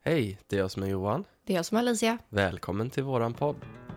Hej, det är jag som är Johan. Det är jag som är Alicia. Välkommen till våran podd.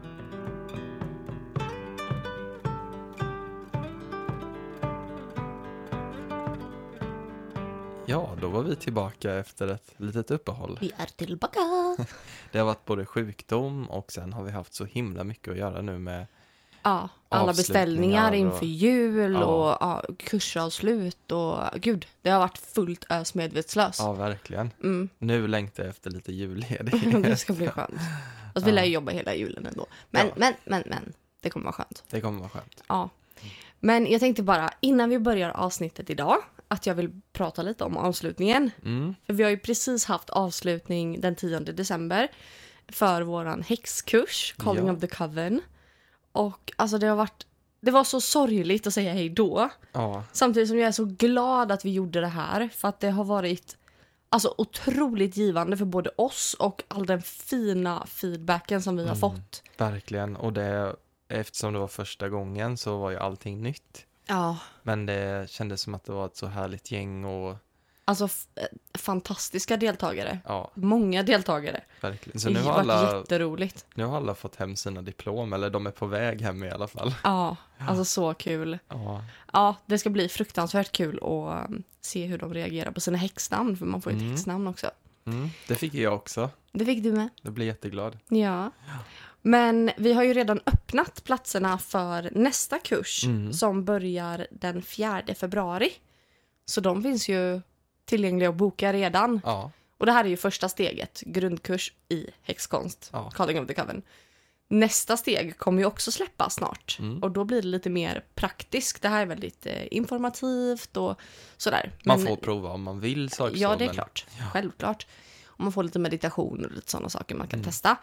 Ja, då var vi tillbaka efter ett litet uppehåll. Vi är tillbaka. Det har varit både sjukdom och sen har vi haft så himla mycket att göra nu med Ja, alla beställningar inför jul och kursavslut och gud, det har varit fullt ösmedvetslös. Ja, verkligen. Nu längtar jag efter lite julledighet. Det ska bli skönt. Alltså, vi lär ju jobba hela julen ändå. Men, det kommer vara skönt. Det kommer vara skönt. Ja. Men jag tänkte bara, innan vi börjar avsnittet idag, att jag vill prata lite om avslutningen. För vi har ju precis haft avslutning den 10 december för våran häxkurs, Calling of the Coven. Och alltså det var så sorgligt att säga hej då. Ja. Samtidigt som jag är så glad att vi gjorde det här. För att det har varit alltså otroligt givande för både oss och all den fina feedbacken som vi har fått. Verkligen, och eftersom det var första gången så var ju allting nytt. Ja. Men det kändes som att det var ett så härligt gäng och... Alltså fantastiska deltagare. Ja. Många deltagare. Verkligen. Så det nu har varit jätteroligt. Nu har alla fått hem sina diplom, eller de är på väg hem i alla fall. Ja, alltså så kul. Ja, det ska bli fruktansvärt kul att se hur de reagerar på sina häxnamn, för man får ju ett häxnamn också. Det fick jag också. Det fick du med. Jag blir jätteglad. Ja. Men vi har ju redan öppnat platserna för nästa kurs som börjar den 4 februari. Så de finns ju tillgängliga att boka redan. Ja. Och det här är ju första steget, grundkurs i häxkonst, Calling of the Coven. Nästa steg kommer ju också släppas snart. Och då blir det lite mer praktiskt. Det här är väldigt informativt och sådär. Man får prova om man vill. Ja, det är klart. Ja. Självklart. Och man får lite meditation och lite sådana saker man kan testa.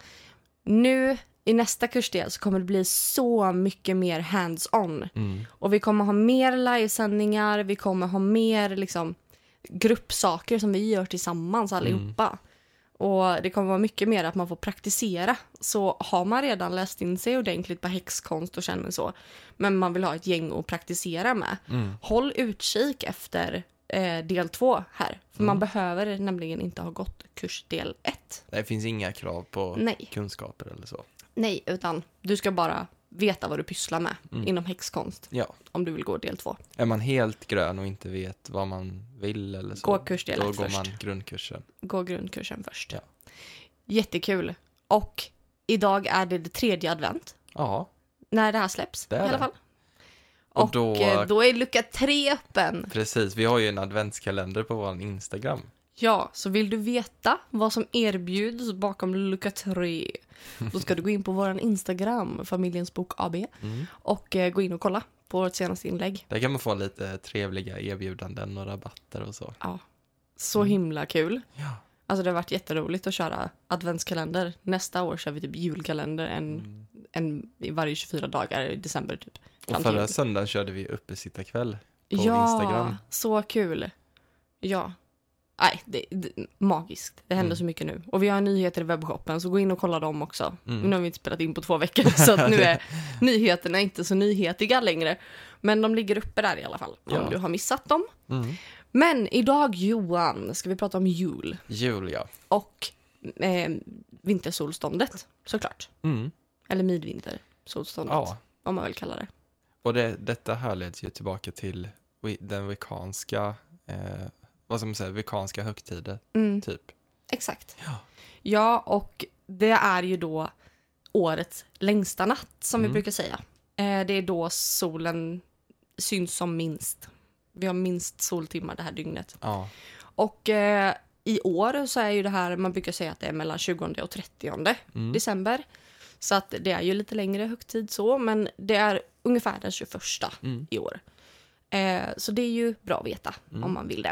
Nu i nästa kursdel så kommer det bli så mycket mer hands-on. Och vi kommer ha mer livesändningar. Vi kommer ha mer liksom gruppsaker som vi gör tillsammans allihopa. Och det kommer vara mycket mer att man får praktisera. Så har man redan läst in sig ordentligt på häxkonst och känner så, men man vill ha ett gäng att praktisera med. Håll utkik efter del 2 här. För man behöver nämligen inte ha gått kurs del 1. Det finns inga krav på kunskaper eller så. Nej, utan du ska bara veta vad du pysslar med inom häxkonst. Ja. Om du vill gå del 2. Är man helt grön och inte vet vad man vill eller så, gå kursdel 1 då går först. man grundkursen. Gå grundkursen först. Ja. Jättekul. Och idag är det 3:e advent. Ja. När det här släpps det i alla fall. Och då är lucka 3 öppen. Precis, vi har ju en adventskalender på vår Instagram. Ja, så vill du veta vad som erbjuds bakom lucka 3, då ska du gå in på vår Instagram, Familjens Bok AB, och gå in och kolla på vårt senaste inlägg. Där kan man få lite trevliga erbjudanden och rabatter och så. Ja, så himla kul. Ja. Alltså det har varit jätteroligt att köra adventskalender. Nästa år kör vi typ julkalender en i varje 24 dagar i december typ. Och förra söndagen körde vi uppesittarkväll på Instagram. Ja, så kul. Ja. Nej, det magiskt. Det händer så mycket nu. Och vi har nyheter i webbshoppen, så gå in och kolla dem också. Nu har vi inte spelat in på 2 veckor, så att nu är nyheterna inte så nyhetiga längre. Men de ligger uppe där i alla fall, om du har missat dem. Men idag, Johan, ska vi prata om jul. Jul, ja. Och vintersolståndet, såklart. Eller midvintersolståndet, om man vill kalla det. Och detta härleds ju tillbaka till den vekanska... vad ska man säga, veganska högtider, typ. Exakt. Ja, och det är ju då årets längsta natt, som vi brukar säga. Det är då solen syns som minst. Vi har minst soltimmar det här dygnet. Ja. Och i år så är ju det här, man brukar säga att det är mellan 20 och 30 december. Så att det är ju lite längre högtid så, men det är ungefär den 21 i år. Så det är ju bra att veta om man vill det.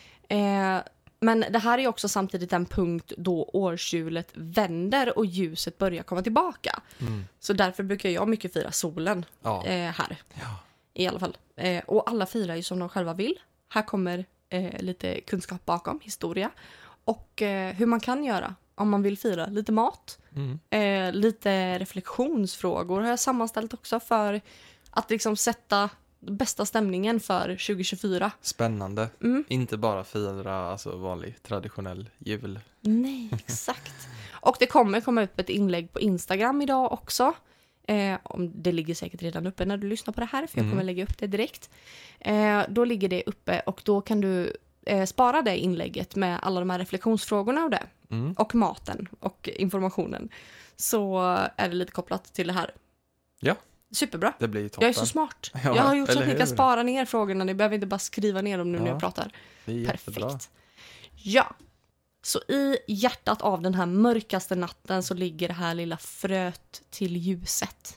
Men det här är också samtidigt en punkt då årshjulet vänder och ljuset börjar komma tillbaka. Så därför brukar jag mycket fira solen här. Ja. I alla fall. Och alla firar ju som de själva vill. Här kommer lite kunskap bakom, historia. Och hur man kan göra om man vill fira. Lite mat. Lite reflektionsfrågor har jag sammanställt också för att liksom sätta bästa stämningen för 2024. Spännande. Inte bara fira alltså vanlig traditionell jul. Nej, exakt. Och det kommer komma upp ett inlägg på Instagram idag också. Det ligger säkert redan uppe när du lyssnar på det här, för jag kommer lägga upp det direkt. Då ligger det uppe och då kan du spara det inlägget med alla de här reflektionsfrågorna och det. Och maten och informationen. Så är det lite kopplat till det här. Ja. Superbra. Det blir toppen. Jag är så smart. Ja, jag har gjort så att ni hur? kan spara ner frågorna. Ni behöver inte bara skriva ner dem nu när jag pratar. Det är jättebra. Perfekt. Ja. Så i hjärtat av den här mörkaste natten så ligger det här lilla fröet till ljuset.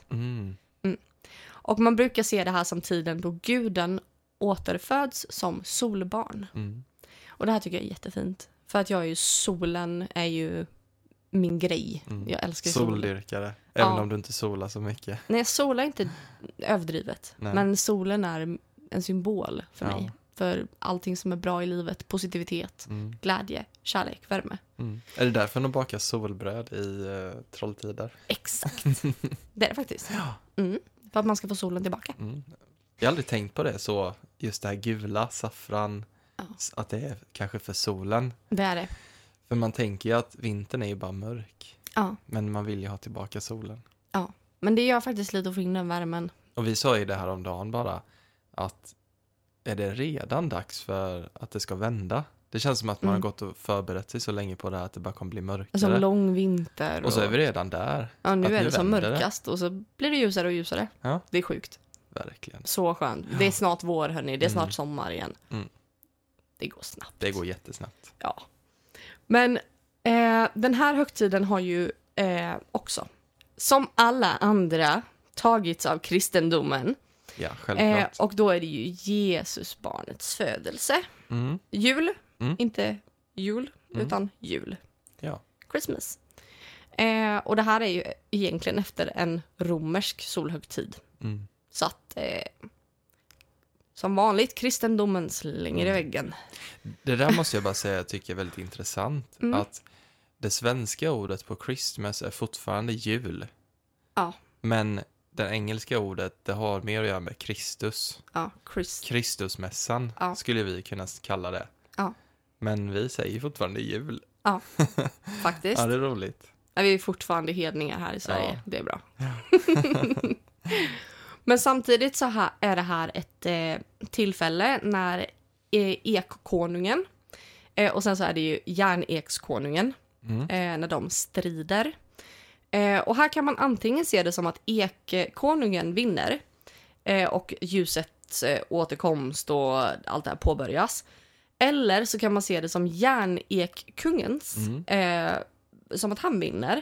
Och man brukar se det här som tiden då guden återföds som solbarn. Och det här tycker jag är jättefint. För att solen är ju min grej. Jag älskar solen. Soldyrkare. Även om du inte solar så mycket. Nej, sola är inte överdrivet. Nej. Men solen är en symbol för mig. För allting som är bra i livet. Positivitet, glädje, kärlek, värme. Är det därför de bakar solbröd i Trolltider? Exakt. Det är det faktiskt. För att man ska få solen tillbaka. Jag har aldrig tänkt på det så. Just det här gula, saffran. Att det är kanske för solen. Det är det. För man tänker ju att vintern är ju bara mörk. Ja. Men man vill ju ha tillbaka solen. Ja, men det gör faktiskt lite att få in den värmen. Och vi sa ju det här om dagen bara. Att är det redan dags för att det ska vända? Det känns som att man har gått och förberett sig så länge på det här att det bara kommer bli mörkare. Som lång vinter. Och så är vi redan där. Ja, nu är det som vänder mörkast och så blir det ljusare och ljusare. Ja. Det är sjukt. Verkligen. Så skönt. Det är snart vår, hörni. Det är snart sommar igen. Det går snabbt. Det går jättesnabbt. Ja. Men den här högtiden har ju också, som alla andra, tagits av kristendomen. Ja, självklart. Och då är det ju Jesus barnets födelse. Jul, inte jul, utan jul. Ja. Christmas. Och det här är ju egentligen efter en romersk solhögtid. Så att som vanligt kristendomen slänger i väggen. Det där måste jag bara säga jag tycker är väldigt intressant. Att det svenska ordet på Christmas är fortfarande jul. Ja. Men det engelska ordet, det har mer att göra med Kristus. Ja, Kristusmässan skulle vi kunna kalla det. Ja. Men vi säger fortfarande jul. Ja, faktiskt. Ja, det är roligt. Ja, vi är fortfarande hedningar här i Sverige. Ja. Det är bra. Men samtidigt så är det här ett tillfälle när ekkonungen och sen så är det ju järnekskonungen när de strider. Och här kan man antingen se det som att ekkonungen vinner och ljusets återkomst och allt det här påbörjas. Eller så kan man se det som järnekkungens som att han vinner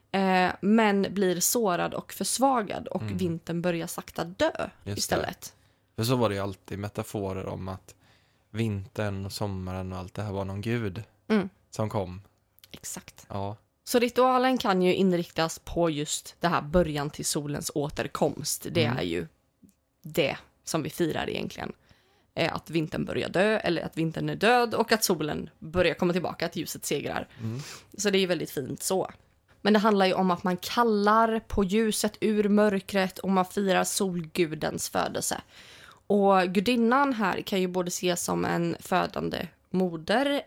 men blir sårad och försvagad och vintern börjar sakta dö istället. För så var det ju alltid metaforer om att vintern och sommaren och allt det här var någon gud som kom. Exakt. Ja. Så ritualen kan ju inriktas på just det här början till solens återkomst. Det är ju det som vi firar egentligen. Att vintern börjar dö, eller att vintern är död och att solen börjar komma tillbaka, att ljuset segrar. Så det är ju väldigt fint så. Men det handlar ju om att man kallar på ljuset ur mörkret och man firar solgudens födelse. Och gudinnan här kan ju både ses som en födande moder,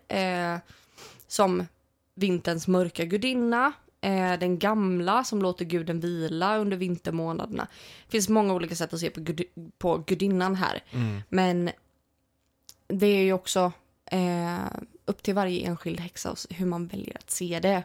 som vinterns mörka gudinna, den gamla som låter guden vila under vintermånaderna. Det finns många olika sätt att se på gudinnan här. Men det är ju också upp till varje enskild häxa hur man väljer att se det.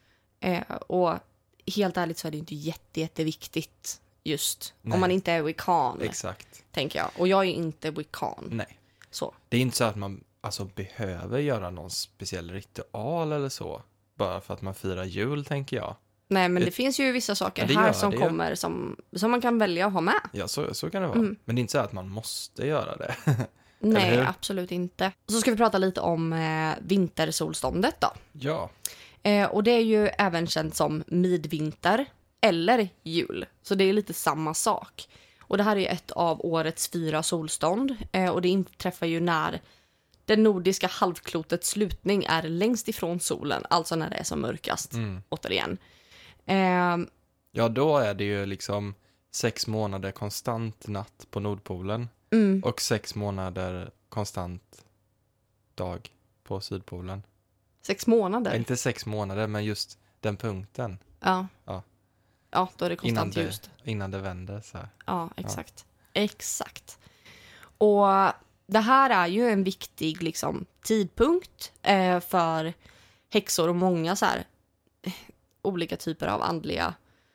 Och helt ärligt så är det inte jätteviktigt just. Nej. Om man inte är wiccan. Exakt. Tänker jag. Och jag är inte wiccan. Nej. Så. Det är inte så att man behöver göra någon speciell ritual eller så. Bara för att man firar jul, tänker jag. Nej, men det finns ju vissa saker här som kommer som man kan välja att ha med. Ja, så kan det vara. Men det är inte så att man måste göra det. Nej, absolut inte. Så ska vi prata lite om vintersolståndet då. Ja. Och det är ju även känt som midvinter eller jul. Så det är lite samma sak. Och det här är ju ett av årets 4 solstånd. Och det inträffar ju när den nordiska halvklotets slutning är längst ifrån solen. Alltså när det är som mörkast, återigen. Ja, då är det ju liksom 6 månader konstant natt på Nordpolen. Och 6 månader konstant dag på Sydpolen. 6 månader? Inte 6 månader, men just den punkten. Ja. Ja. Ja, då är det konstant ljust. Innan det vänder så här. Ja, exakt. Ja. Exakt. Och det här är ju en viktig liksom, tidpunkt för häxor och många så här, olika typer av andliga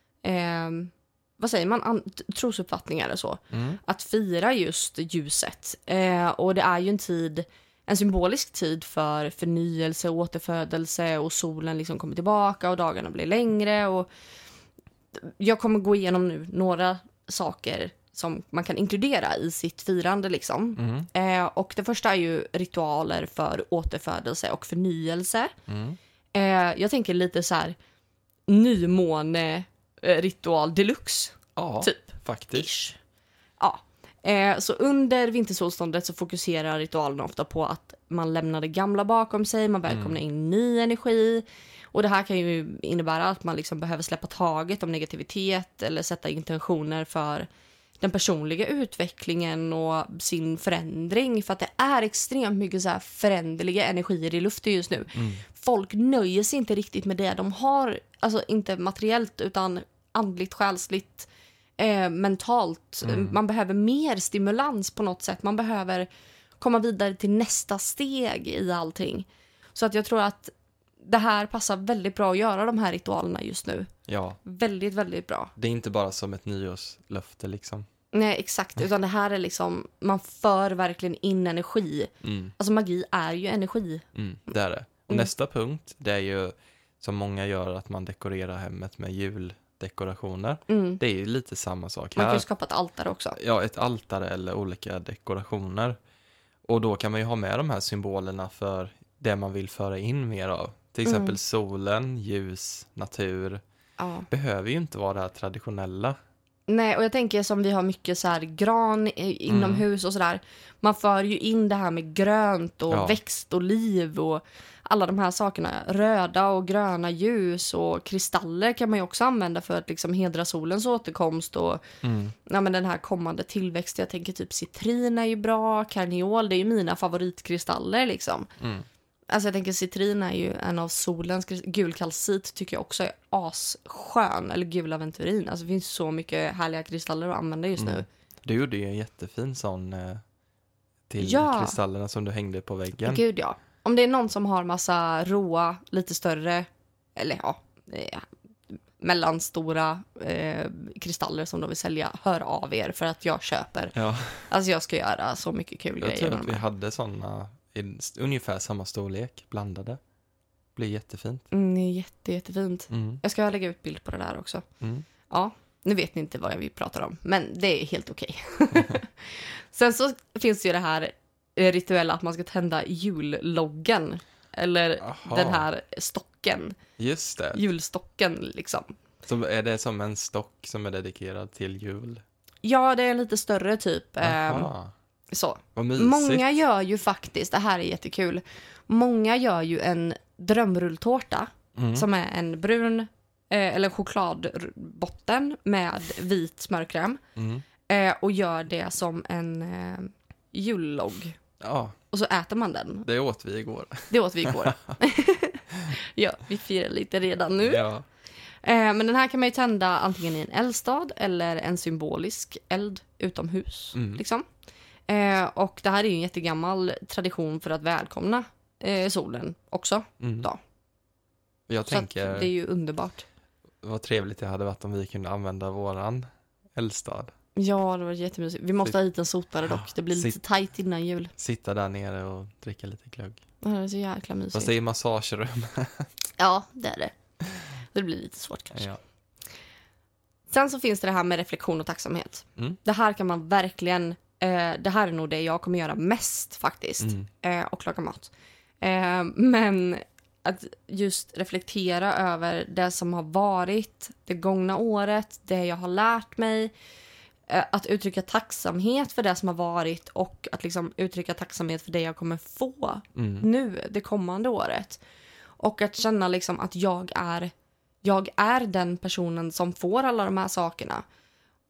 vad säger man, trosuppfattningar eller så. Att fira just ljuset. Och det är ju en symbolisk tid för förnyelse och återfödelse, och solen liksom kommer tillbaka och dagarna blir längre. Och jag kommer gå igenom nu några saker som man kan inkludera i sitt firande liksom. Och det första är ju ritualer för återfödelse och förnyelse. Jag tänker lite så här nymåne ritual deluxe. Ja, typ. faktiskt. Ja. Så under vintersolståndet så fokuserar ritualen ofta på att man lämnar det gamla bakom sig, man välkomnar in ny energi. Och det här kan ju innebära att man liksom behöver släppa taget om negativitet eller sätta intentioner för den personliga utvecklingen och sin förändring. För att det är extremt mycket så här föränderliga energier i luften just nu. Folk nöjer sig inte riktigt med det de har, alltså inte materiellt utan andligt, själsligt, mentalt. Man behöver mer stimulans på något sätt. Man behöver komma vidare till nästa steg i allting. Så att jag tror att det här passar väldigt bra att göra de här ritualerna just nu. Ja. Väldigt, väldigt bra. Det är inte bara som ett nyårslöfte liksom. Nej, exakt. Utan det här är liksom, man för verkligen in energi. Alltså magi är ju energi. Det är det. Och nästa punkt, det är ju som många gör, att man dekorerar hemmet med juldekorationer. Det är ju lite samma sak här. Man kan ju skapa ett altare också. Ja, ett altare eller olika dekorationer. Och då kan man ju ha med de här symbolerna för det man vill föra in mer av. Till exempel solen, ljus, natur. Ja. Behöver ju inte vara det här traditionella. Nej, och jag tänker som vi har mycket så här gran inomhus och sådär. Man för ju in det här med grönt och växt och liv och alla de här sakerna. Röda och gröna ljus och kristaller kan man ju också använda för att liksom hedra solens återkomst och ja, men den här kommande tillväxten. Jag tänker typ citrin är ju bra, karneol, det är ju mina favoritkristaller liksom. Alltså jag tänker citrin är ju en av solens, gulkalcit tycker jag också är asskön, eller gul aventurin. Alltså det finns så mycket härliga kristaller att använda just nu. Du gjorde ju en jättefin sån till kristallerna som du hängde på väggen. Gud ja. Om det är någon som har massa råa, lite större, eller mellanstora kristaller som de vill sälja, hör av er för att jag köper. Ja. Alltså jag ska göra så mycket kul grejer. Jag tror att vi hade såna i ungefär samma storlek, blandade. Blir jättefint. Det är jättefint. Jag ska lägga ut bild på det där också. Ja, nu vet ni inte vad vi pratar om, men det är helt okej. Sen så finns det ju det här rituella att man ska tända julloggen. Eller den här stocken. Just det. Julstocken liksom. Så är det som en stock som är dedikerad till jul? Ja, det är en lite större typ. Så. Många gör ju faktiskt, det här är jättekul. Många gör ju en drömrulltårta som är en brun eller chokladbotten med vit smörkräm. Och gör det som en jullogg. Ja. Och så äter man den. Det åt vi igår. Ja, vi firar lite redan nu. Ja. Men den här kan man ju tända antingen i en eldstad eller en symbolisk eld utomhus. Liksom. Och det här är ju en jättegammal tradition för att välkomna solen också. Då. Jag tänker, det är ju underbart. Vad trevligt det hade varit om vi kunde använda våran eldstad. Ja, det var jättemysigt. Vi måste ha hit en sotare dock. Det blir lite tajt innan jul. Sitta där nere och dricka lite glögg. Ja, det är så jäkla mysigt. Fast det är massagerum. Ja, det är det. Det blir lite svårt kanske. Ja. Sen så finns det här med reflektion och tacksamhet. Det här kan man verkligen... det här är nog det jag kommer göra mest faktiskt. Och laga mat. Men att just reflektera över det som har varit, det gångna året, det jag har lärt mig. Att uttrycka tacksamhet för det som har varit och att liksom uttrycka tacksamhet för det jag kommer få nu, det kommande året. Och att känna liksom att jag är den personen som får alla de här sakerna.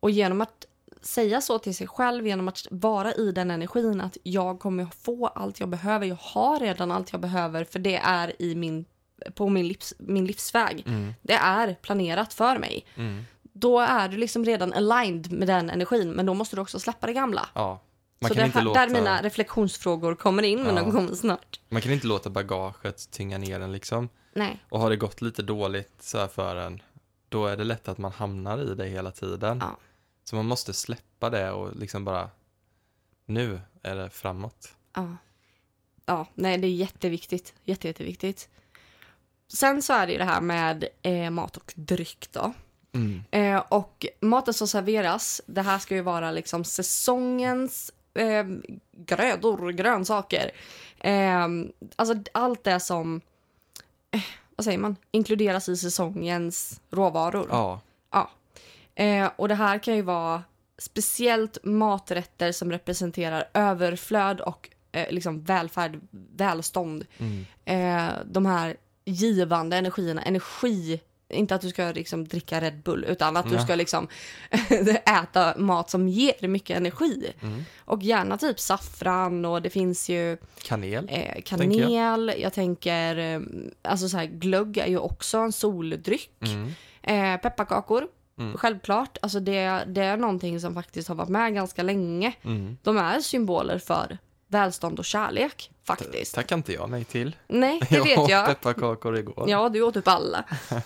Och genom att säga så till sig själv, genom att vara i den energin att jag kommer få allt jag behöver, jag har redan allt jag behöver, för det är på min livsväg. Det är planerat för mig. Då är du liksom redan aligned med den energin, men då måste du också släppa det gamla. Ja. Så det är där mina reflektionsfrågor kommer in, men de kommer snart. Man kan inte låta bagaget tynga ner en liksom. Nej. Och har det gått lite dåligt så här för en, då är det lätt att man hamnar i det hela tiden. Ja. Så man måste släppa det och liksom bara, nu är det framåt. Ja, nej, det är jätteviktigt. Jätteviktigt. Sen så är det ju det här med mat och dryck då. Och maten som serveras, det här ska ju vara liksom säsongens grödor, grönsaker. Alltså allt det som, vad säger man, inkluderas i säsongens råvaror. Ja. Och det här kan ju vara speciellt maträtter som representerar överflöd och liksom välfärd, välstånd. De här givande energierna, inte att du ska liksom dricka Red Bull, utan att du ska liksom äta mat som ger mycket energi. Och gärna typ saffran, och det finns ju kanel. Jag tänker alltså så här, glögg är ju också en soldryck. Pepparkakor, självklart. Alltså det är någonting som faktiskt har varit med ganska länge. De är symboler för välstånd och kärlek, faktiskt. Tackar inte jag nej till. Nej, det vet jag. Pepparkakor igår. Ja, du åt upp alla.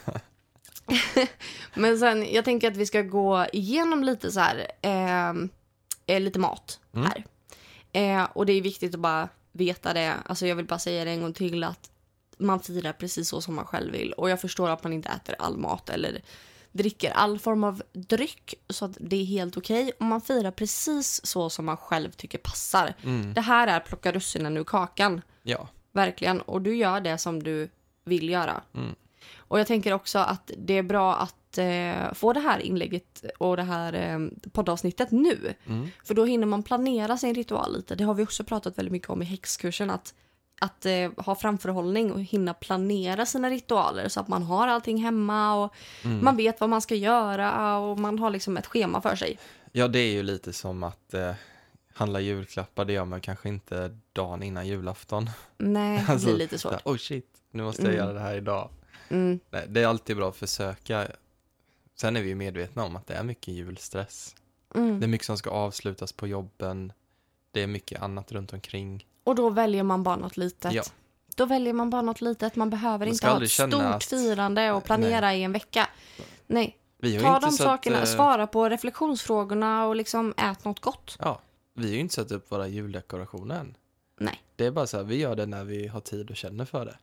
Men sen, jag tänker att vi ska gå igenom lite så här, lite mat här. Och det är viktigt att bara veta det. Alltså jag vill bara säga det en gång till, att man firar precis så som man själv vill. Och jag förstår att man inte äter all mat eller dricker all form av dryck, så att det är helt okej. Och man firar precis så som man själv tycker passar. Det här är plocka russinen ur kakan. Ja. Verkligen. Och du gör det som du vill göra. Och jag tänker också att det är bra att få det här inlägget och det här poddavsnittet nu. För då hinner man planera sin ritual lite. Det har vi också pratat väldigt mycket om i häxkursen, att ha framförhållning och hinna planera sina ritualer så att man har allting hemma och man vet vad man ska göra och man har liksom ett schema för sig. Ja, det är ju lite som att handla julklappar, det gör man kanske inte dagen innan julafton. Nej, det blir lite svårt. Oh shit, nu måste jag göra det här idag. Nej, det är alltid bra att försöka. Sen är vi ju medvetna om att det är mycket julstress. Det är mycket som ska avslutas på jobben. Det är mycket annat runt omkring. Och då väljer man bara något litet. Ja. Då väljer man bara något litet. Man behöver inte ha ett stort firande och planera i en vecka. Nej. Ta de sakerna, svara på reflektionsfrågorna och liksom ät något gott. Ja, vi har ju inte satt upp våra juldekorationer än. Nej. Det är bara så här, vi gör det när vi har tid och känner för det.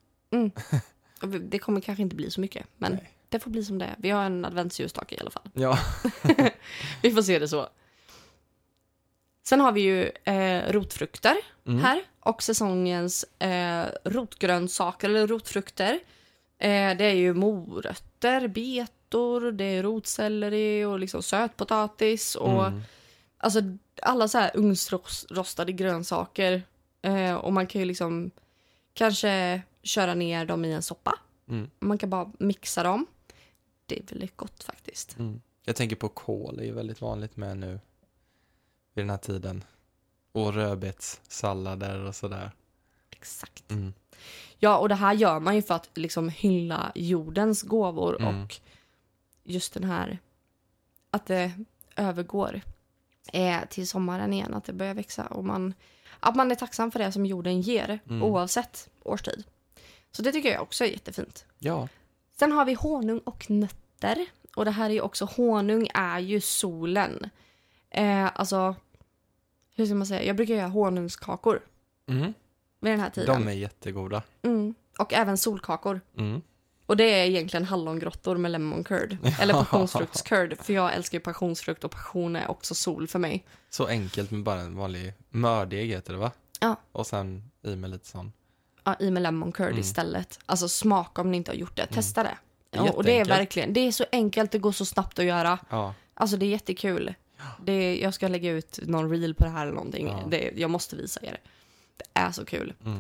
Det kommer kanske inte bli så mycket, men det får bli som det är. Vi har en adventsljusstake i alla fall. Ja. Vi får se det så. Sen har vi ju rotfrukter här. Och säsongens rotgrönsaker eller rotfrukter. Det är ju morötter, betor, det är rotselleri och liksom sötpotatis. Och alltså alla så här ugnsrostade grönsaker. Och man kan ju liksom kanske köra ner dem i en soppa. Man kan bara mixa dem. Det är väldigt gott faktiskt. Jag tänker på kål, är ju väldigt vanligt med nu vid den här tiden. Och rödbetssallader och sådär. Exakt. Ja, och det här gör man ju för att liksom hylla jordens gåvor och just den här att det övergår till sommaren igen, att det börjar växa och att man är tacksam för det som jorden ger oavsett årstid. Så det tycker jag också är jättefint. Ja. Sen har vi honung och nötter. Och det här är ju också, honung är ju solen. Alltså, hur ska man säga? Jag brukar göra honungskakor. Vid den här tiden. De är jättegoda. Och även solkakor. Och det är egentligen hallongrottor med lemon curd. Eller passionsfruktscurd. För jag älskar ju passionsfrukt och passion är också sol för mig. Så enkelt med bara en vanlig mördeg heter det, va? Ja. Och sen i med lite sån. Ja, i med lemon curd istället. Alltså smaka om ni inte har gjort det. Testa det. Jätteenkelt. Och det är verkligen, det är så enkelt, det går så snabbt att göra. Ja. Alltså det är jättekul. Jag ska lägga ut någon reel på det här eller någonting. Ja. Jag måste visa er. Det är så kul.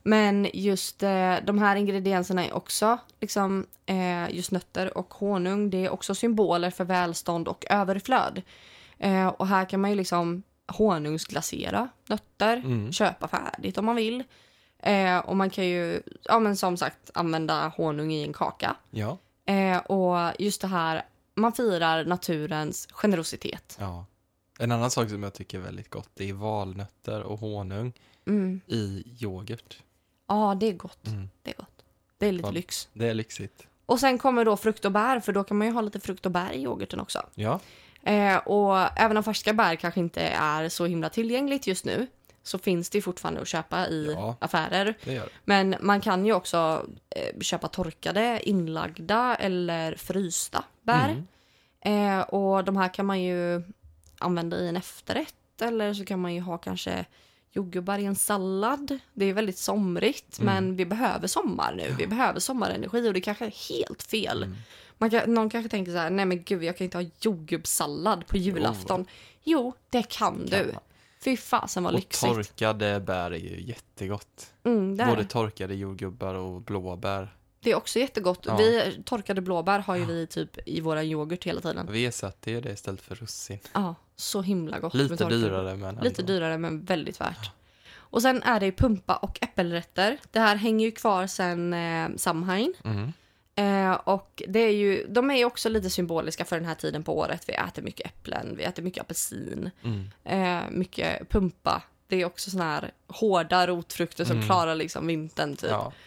Men just de här ingredienserna är också liksom, just nötter och honung. Det är också symboler för välstånd och överflöd. Och här kan man ju liksom honungsglasera nötter, köpa färdigt om man vill. Och man kan ju, men som sagt, använda honung i en kaka. Ja. Och just det här, man firar naturens generositet. Ja. En annan sak som jag tycker är väldigt gott, det är valnötter och honung i yoghurt. Ja, det är gott. Det är gott. Det är lite lyx. Det är lyxigt. Och sen kommer då frukt och bär, för då kan man ju ha lite frukt och bär i yoghurten också. Ja. Och även om färska bär kanske inte är så himla tillgängligt just nu, så finns det ju fortfarande att köpa i affärer. Det gör det. Men man kan ju också köpa torkade, inlagda eller frysta bär. Och de här kan man ju använda i en efterrätt, eller så kan man ju ha kanske jordgubbar i en sallad. Det är väldigt somrigt, men vi behöver sommar nu. Vi behöver sommarenergi och det kanske är helt fel. Någon kanske tänker så här, nej men gud, jag kan inte ha jordgubbssallad på julafton. Jo, det kan du. Fy fasen vad lyxigt. Och torkade bär är ju jättegott. Både torkade jordgubbar och blåbär. Det är också jättegott. Ja. Vi torkade blåbär har ju vi typ i våra yoghurt hela tiden. Vi ersatte det istället för russin. Ja, så himla gott. Lite dyrare men ändå. Lite dyrare men väldigt värt. Och sen är det pumpa och äppelrätter. Det här hänger ju kvar sen Samhain. Och det är ju, de är ju också lite symboliska för den här tiden på året. Vi äter mycket äpplen, vi äter mycket apelsin, mycket pumpa. Det är också såna här hårda rotfrukter som klarar liksom vintern typ. Ja.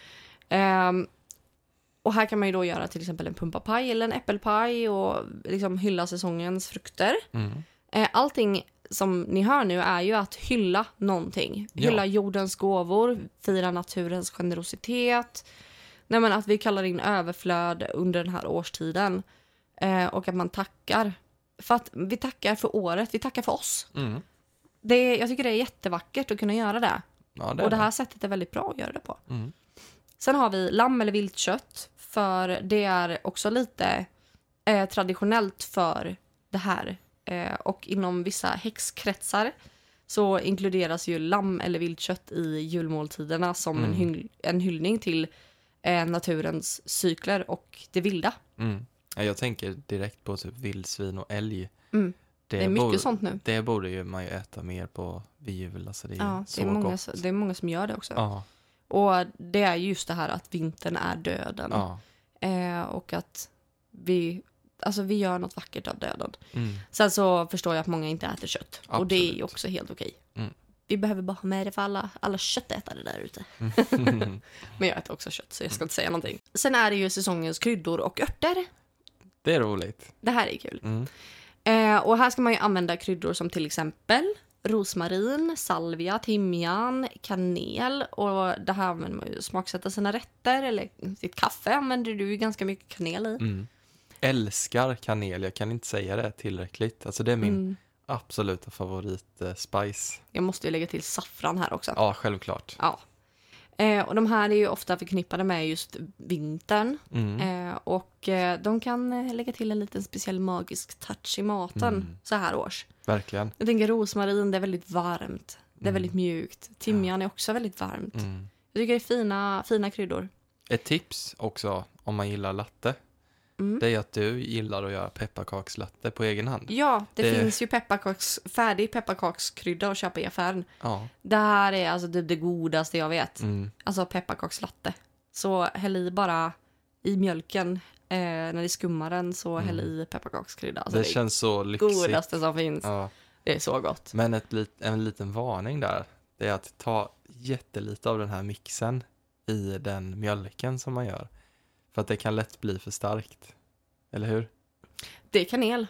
Och här kan man ju då göra till exempel en pumpapaj eller en äppelpaj och liksom hylla säsongens frukter. Allting som ni hör nu är ju att hylla någonting. Hylla jordens gåvor, fira naturens generositet. Nej, men att vi kallar in överflöd under den här årstiden. Och att man tackar. För att vi tackar för året, vi tackar för oss. Jag tycker det är jättevackert att kunna göra det. Ja, och det här sättet är väldigt bra att göra det på. Sen har vi lamm eller viltkött. För det är också lite traditionellt för det här. Och inom vissa häxkretsar så inkluderas ju lamm eller viltkött i julmåltiderna som en hyllning till naturens cykler och det vilda. Jag tänker direkt på typ vildsvin och älg. Det är mycket sånt nu. Det borde ju man ju äta mer på vid jul. Alltså det är så gott. Det är många som gör det också. Och det är just det här att vintern är döden. Och att vi gör något vackert av döden. Sen så förstår jag att många inte äter kött. Absolut. Och det är ju också helt okej. Vi behöver bara ha med det för alla köttätare där ute. Men jag äter också kött så jag ska inte säga någonting. Sen är det ju säsongens kryddor och örter. Det är roligt. Det här är kul. Och här ska man ju använda kryddor som till exempel rosmarin, salvia, timjan, kanel. Och det här använder man ju smaksätta sina rätter. Eller sitt kaffe använder du ju ganska mycket kanel i. Älskar kanel, jag kan inte säga det tillräckligt. Alltså det är min absoluta favorit spice. Jag måste ju lägga till saffran här också. Ja, självklart. Ja. Och de här är ju ofta förknippade med just vintern. Och de kan lägga till en liten speciell magisk touch i maten så här års. Verkligen. Jag tänker rosmarin, det är väldigt varmt. Det är väldigt mjukt. Timjan är också väldigt varmt. Jag tycker det är fina kryddor. Ett tips också om man gillar latte. Det är att du gillar att göra pepparkakslatte på egen hand. Ja, det finns ju färdig pepparkakskrydda att köpa i affären. Ja. Det här är alltså det godaste jag vet. Alltså pepparkakslatte. Så häll i bara i mjölken när det skummar den, så häll i pepparkakskrydda. Alltså det känns så lyxigt. Det godaste som finns. Ja. Det är så gott. Men en liten varning där. Det är att ta jättelite av den här mixen i den mjölken som man gör. För att det kan lätt bli för starkt. Eller hur? Det är kanel.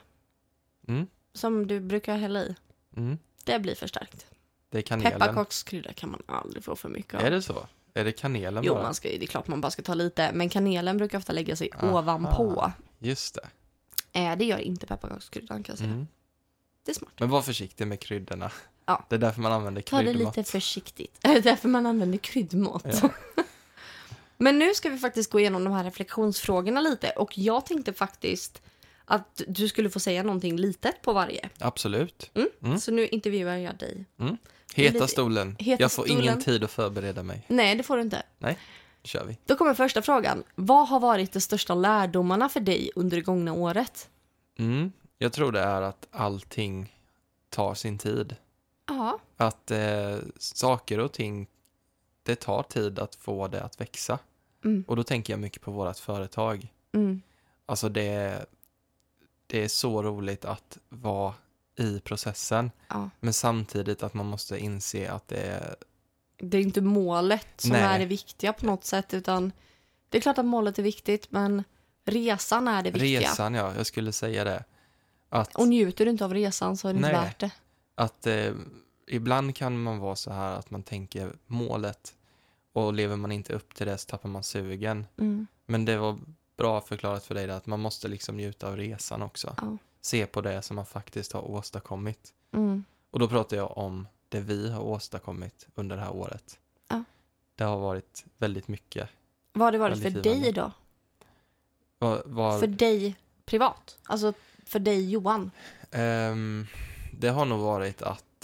Som du brukar hälla i. Det blir för starkt. Det är kanelen. Pepparkakskrydda kan man aldrig få för mycket av. Är det så? Är det kanelen jo, bara? Det är klart man bara ska ta lite. Men kanelen brukar ofta lägga sig ovanpå. Just det. Det gör inte pepparkakskryddan, kan jag säga. Det är smart. Men var försiktig med kryddorna. Ja. Det är därför man använder kryddmått. Ta det lite försiktigt. Det är därför man använder kryddmått. Ja. Men nu ska vi faktiskt gå igenom de här reflektionsfrågorna lite. Och jag tänkte faktiskt att du skulle få säga någonting litet på varje. Absolut. Så nu intervjuar jag dig. Heta stolen. Jag får ingen tid att förbereda mig. Nej, det får du inte. Nej, då kör vi. Då kommer första frågan. Vad har varit de största lärdomarna för dig under det gångna året? Jag tror det är att allting tar sin tid. Ja. Att saker och ting, det tar tid att få det att växa. Och då tänker jag mycket på vårt företag. Alltså det är så roligt att vara i processen. Ja. Men samtidigt att man måste inse att det är inte målet som är det viktiga på något sätt, utan det är klart att målet är viktigt, men resan är det viktiga. Resan, ja, jag skulle säga det. Och njuter du inte av resan så är det inte värt det. Att ibland kan man vara så här att man tänker målet, och lever man inte upp till det så tappar man sugen. Men det var bra förklarat för dig där, att man måste liksom njuta av resan också. Ja. Se på det som man faktiskt har åstadkommit. Och då pratar jag om det vi har åstadkommit under det här året. Ja. Det har varit väldigt mycket. Vad har det varit för dig då? För dig privat? Alltså för dig Johan? Det har nog varit att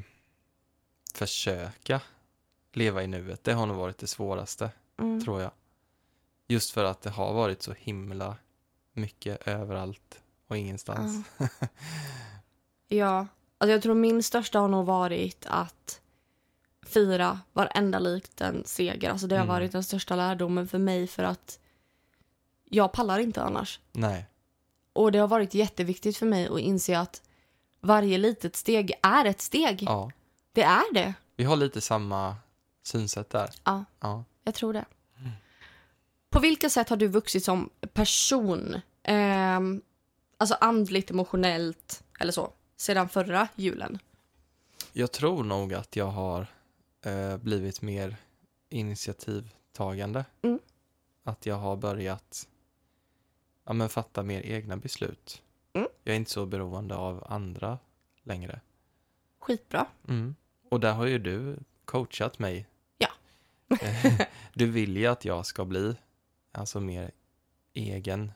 försöka leva i nuet. Det har nog varit det svåraste, tror jag. Just för att det har varit så himla mycket överallt och ingenstans. Ja, alltså jag tror min största har nog varit att fira varenda liten seger. Alltså det har varit den största lärdomen för mig, för att jag pallar inte annars. Nej. Och det har varit jätteviktigt för mig att inse att varje litet steg är ett steg. Ja. Det är det. Vi har lite samma synsätt där. Ja. Jag tror det. På vilka sätt har du vuxit som person? Alltså andligt, emotionellt eller så, sedan förra julen? Jag tror nog att jag har blivit mer initiativtagande. Att jag har börjat fatta mer egna beslut. Jag är inte så beroende av andra längre. Skitbra. Och där har ju du coachat mig. Ja. Du vill ju att jag ska bli mer egen.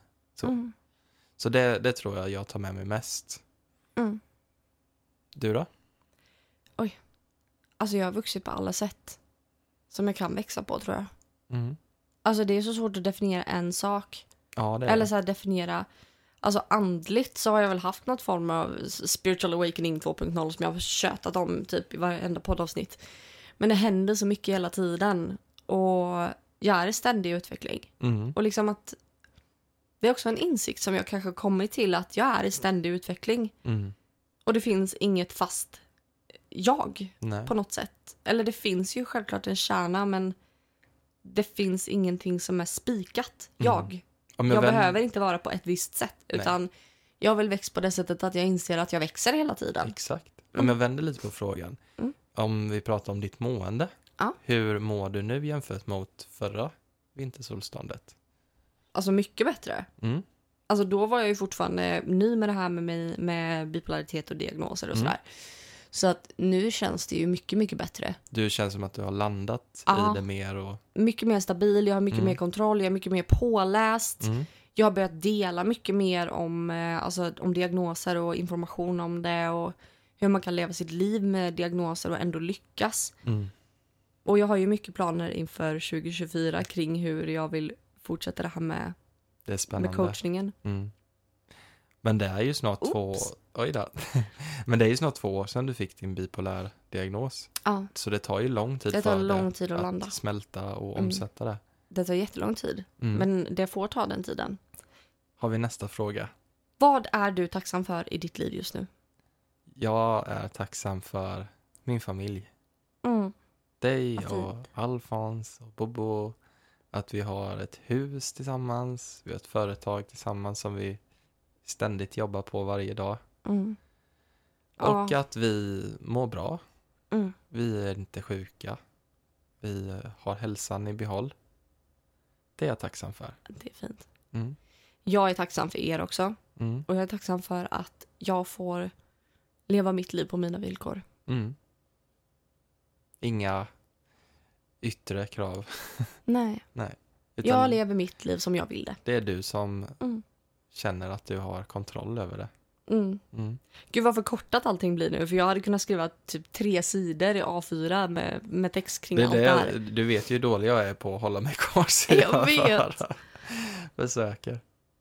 Så det tror jag tar med mig mest. Du då? Oj. Alltså jag har vuxit på alla sätt som jag kan växa på, tror jag. Alltså det är så svårt att definiera en sak. Ja, det är eller så här definiera. Alltså andligt så har jag väl haft något form av spiritual awakening 2.0 som jag har tjötat om typ i varenda poddavsnitt. Men det händer så mycket hela tiden. Och jag är i ständig utveckling. Och liksom att det är också en insikt som jag kanske kommit till, att jag är i ständig utveckling. Och det finns inget fast jag. Nej. På något sätt. Eller det finns ju självklart en kärna, men det finns ingenting som är spikat. Jag behöver inte vara på ett visst sätt. Utan jag vill växa på det sättet att jag inser att jag växer hela tiden. Exakt. Om jag vänder lite på frågan. Om vi pratar om ditt mående. Ja. Hur mår du nu jämfört mot förra vintersolståndet? Alltså mycket bättre. Alltså då var jag ju fortfarande ny med det här med bipolaritet och diagnoser och sådär. Så att nu känns det ju mycket, mycket bättre. Du känns som att du har landat i det mer. Och... mycket mer stabil, jag har mycket mer kontroll, jag är mycket mer påläst. Jag har börjat dela mycket mer om diagnoser och information om det. Och hur man kan leva sitt liv med diagnoser och ändå lyckas. Och jag har ju mycket planer inför 2024 kring hur jag vill fortsätta det här med coachningen. Men det är ju snart 2 Men det är ju snart 2 år sedan du fick din bipolär diagnos. Ja. Så det tar ju lång tid att landa. Smälta och omsätta det. Det tar jättelång tid. Men det får ta den tiden. Har vi nästa fråga? Vad är du tacksam för i ditt liv just nu? Jag är tacksam för min familj. Dig och Alfons och Bobo. Att vi har ett hus tillsammans. Vi har ett företag tillsammans som vi ständigt jobbar på varje dag. Och att vi mår bra. Vi är inte sjuka. Vi har hälsan i behåll. Det är jag tacksam för. Det är fint. Jag är tacksam för er också. Och jag är tacksam för att jag får leva mitt liv på mina villkor. Inga yttre krav. Nej. Jag lever mitt liv som jag vill det. Det är du som känner att du har kontroll över det. Gud vad förkortat allting blir nu. För jag hade kunnat skriva typ 3 sidor i A4 med text kring allt det här. Du vet ju hur dålig jag är på att hålla mig kvar. Jag vet. Försöker.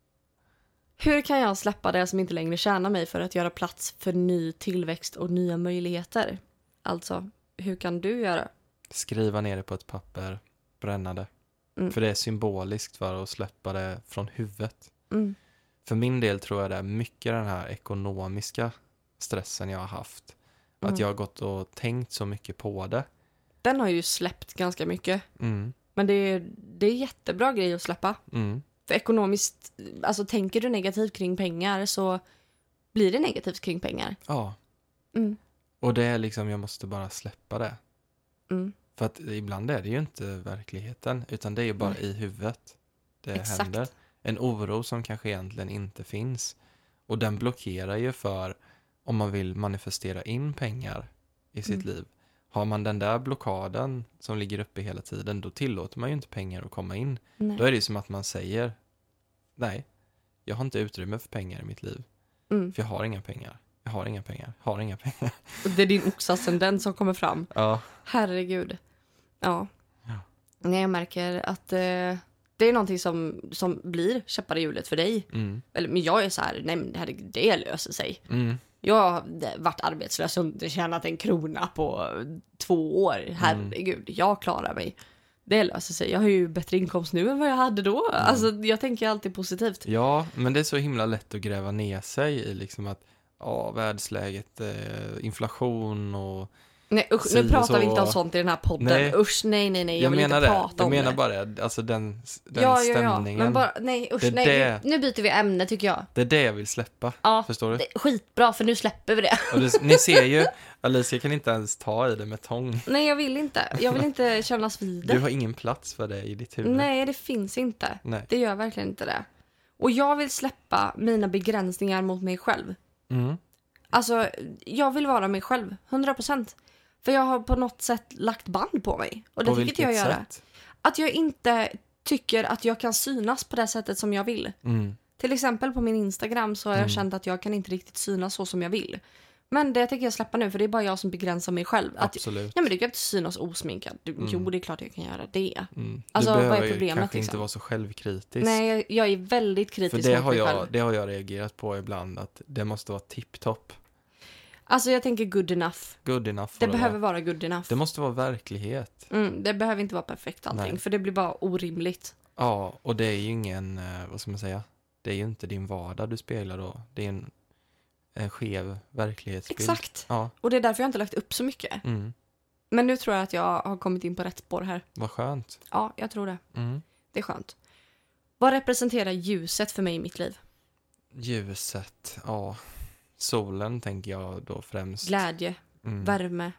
Hur kan jag släppa det som inte längre tjänar mig för att göra plats för ny tillväxt och nya möjligheter? Alltså, hur kan du göra? Skriva ner det på ett papper, bränna det. För det är symboliskt för att släppa det från huvudet. För min del tror jag det är mycket den här ekonomiska stressen jag har haft. Att jag har gått och tänkt så mycket på det. Den har ju släppt ganska mycket. Men det är jättebra grej att släppa. För ekonomiskt, alltså tänker du negativt kring pengar så blir det negativt kring pengar. Ja. Och det är liksom, jag måste bara släppa det. För att ibland är det ju inte verkligheten, utan det är ju bara i huvudet det händer. En oro som kanske egentligen inte finns. Och den blockerar ju för om man vill manifestera in pengar i sitt liv. Har man den där blockaden som ligger uppe hela tiden, då tillåter man ju inte pengar att komma in. Nej. Då är det ju som att man säger, nej, jag har inte utrymme för pengar i mitt liv. För jag har inga pengar. Jag har inga pengar. Och det är din oxascendent som kommer fram. Ja. Herregud. Ja. Nej, jag märker att det är någonting som blir käppar i hjulet för dig. Men jag är så här, nej men det löser sig. Jag har varit arbetslös och inte tjänat en krona på 2 år. Herregud, jag klarar mig. Det löser sig. Jag har ju bättre inkomst nu än vad jag hade då. Alltså, jag tänker alltid positivt. Ja, men det är så himla lätt att gräva ner sig i liksom att världsläget, inflation och... Nej, usch, nu pratar vi inte om sånt i den här podden. Nej. Usch, nej. Jag vill inte prata om det. Jag menar bara, alltså den stämningen. Men bara, nej, usch, nej. Nu byter vi ämne tycker jag. Det är det jag vill släppa, förstår du? Det är skitbra, för nu släpper vi det. Och ni ser ju, Alicia kan inte ens ta i det med tång. Nej, jag vill inte kännas vid det. Du har ingen plats för det i ditt huvud. Nej, det finns inte. Nej. Det gör verkligen inte det. Och jag vill släppa mina begränsningar mot mig själv. Alltså, jag vill vara mig själv, 100%. För jag har på något sätt lagt band på mig. Och det tycker inte jag göra. Att jag inte tycker att jag kan synas på det sättet som jag vill. Till exempel på min Instagram så har jag känt att jag kan inte riktigt synas så som jag vill. Men det tänker jag släppa nu, för det är bara jag som begränsar mig själv. Absolut. Nej, men du kan inte synas osminkad. Jo, det är klart jag kan göra det. Alltså, vad är problemet? Kanske liksom? inte vara så självkritisk. Nej, jag är väldigt kritisk för mot mig själv. Det har jag reagerat på ibland, att det måste vara tipptopp. Alltså jag tänker good enough. Good enough. Det behöver vara good enough. Det måste vara verklighet. Det behöver inte vara perfekt allting. Nej. För det blir bara orimligt. Ja, och det är ju ingen, vad ska man säga? Det är ju inte din vardag du spelar då. Det är en skev verklighetsbild. Exakt. Ja. Och det är därför jag inte lagt upp så mycket. Men nu tror jag att jag har kommit in på rätt spår här. Vad skönt. Ja, jag tror det. Det är skönt. Vad representerar ljuset för mig i mitt liv? Ljuset, ja. Solen tänker jag då främst. Glädje, värme,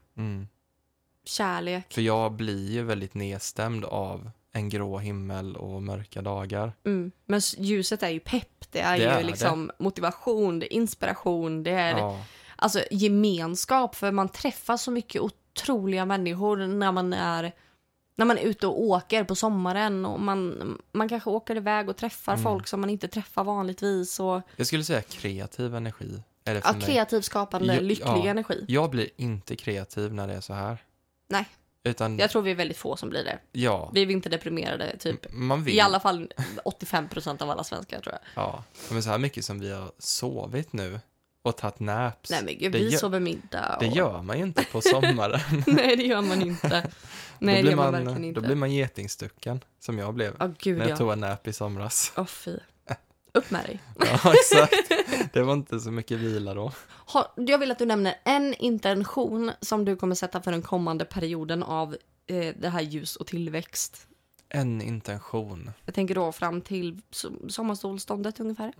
kärlek. För jag blir ju väldigt nedstämd av en grå himmel och mörka dagar. Men ljuset är ju pepp. Det är ju liksom motivation, det är inspiration, det är alltså gemenskap. För man träffar så mycket otroliga människor när man är ute och åker på sommaren. Och man kanske åker iväg och träffar folk som man inte träffar vanligtvis. Och... Jag skulle säga kreativ energi. Är det för mig? Kreativ, skapande, lycklig energi. Jag blir inte kreativ när det är så här. Nej. Utan, jag tror vi är väldigt få som blir det. Ja. Vi är inte deprimerade, typ. Man vill. I alla fall 85% av alla svenskar, tror jag. Ja, men så här mycket som vi har sovit nu och tagit naps. Nej, men gud, vi sover middag. Det gör man ju inte på sommaren. Nej, det gör man inte. Nej, det gör man verkligen inte. Då blir man getingstucken, som jag blev när jag tog en nap i somras. Fy. Upp med dig. Ja, exakt. Det var inte så mycket vila då. Jag vill att du nämner en intention som du kommer sätta för den kommande perioden av det här ljus och tillväxt. En intention. Jag tänker då fram till sommarsolståndet ungefär.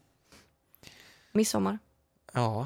Midsommar. Ja.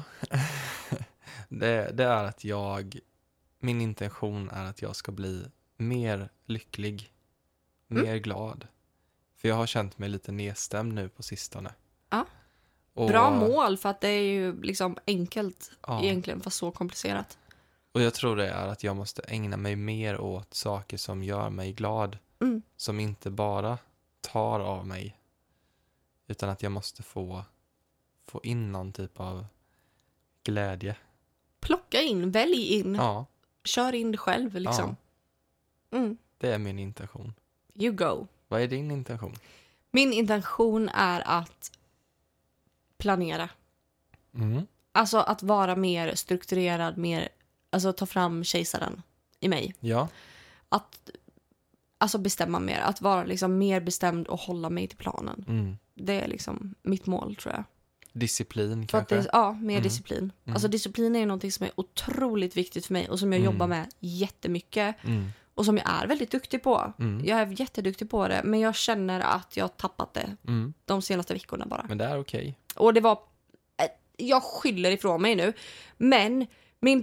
Det är att min intention är att jag ska bli mer lycklig. Mer glad. För jag har känt mig lite nedstämd nu på sistone. Ja. Bra mål, för att det är ju liksom enkelt egentligen, fast så komplicerat. Och jag tror det är att jag måste ägna mig mer åt saker som gör mig glad. Som inte bara tar av mig. Utan att jag måste få in någon typ av glädje. Plocka in, välj in. Ja. Kör in det själv liksom. Ja. Det är min intention. You go. Vad är din intention? Min intention är att planera. Alltså att vara mer strukturerad, mer, alltså ta fram kejsaren i mig. Ja. Att alltså bestämma mer, att vara liksom mer bestämd och hålla mig till planen. Det är liksom mitt mål, tror jag. Disciplin för kanske? Mer disciplin. Alltså disciplin är ju någonting som är otroligt viktigt för mig och som jag jobbar med jättemycket. Och som jag är väldigt duktig på. Jag är jätteduktig på det, men jag känner att jag har tappat det de senaste veckorna bara. Men det är okej. Och det var, jag skyller ifrån mig nu, men min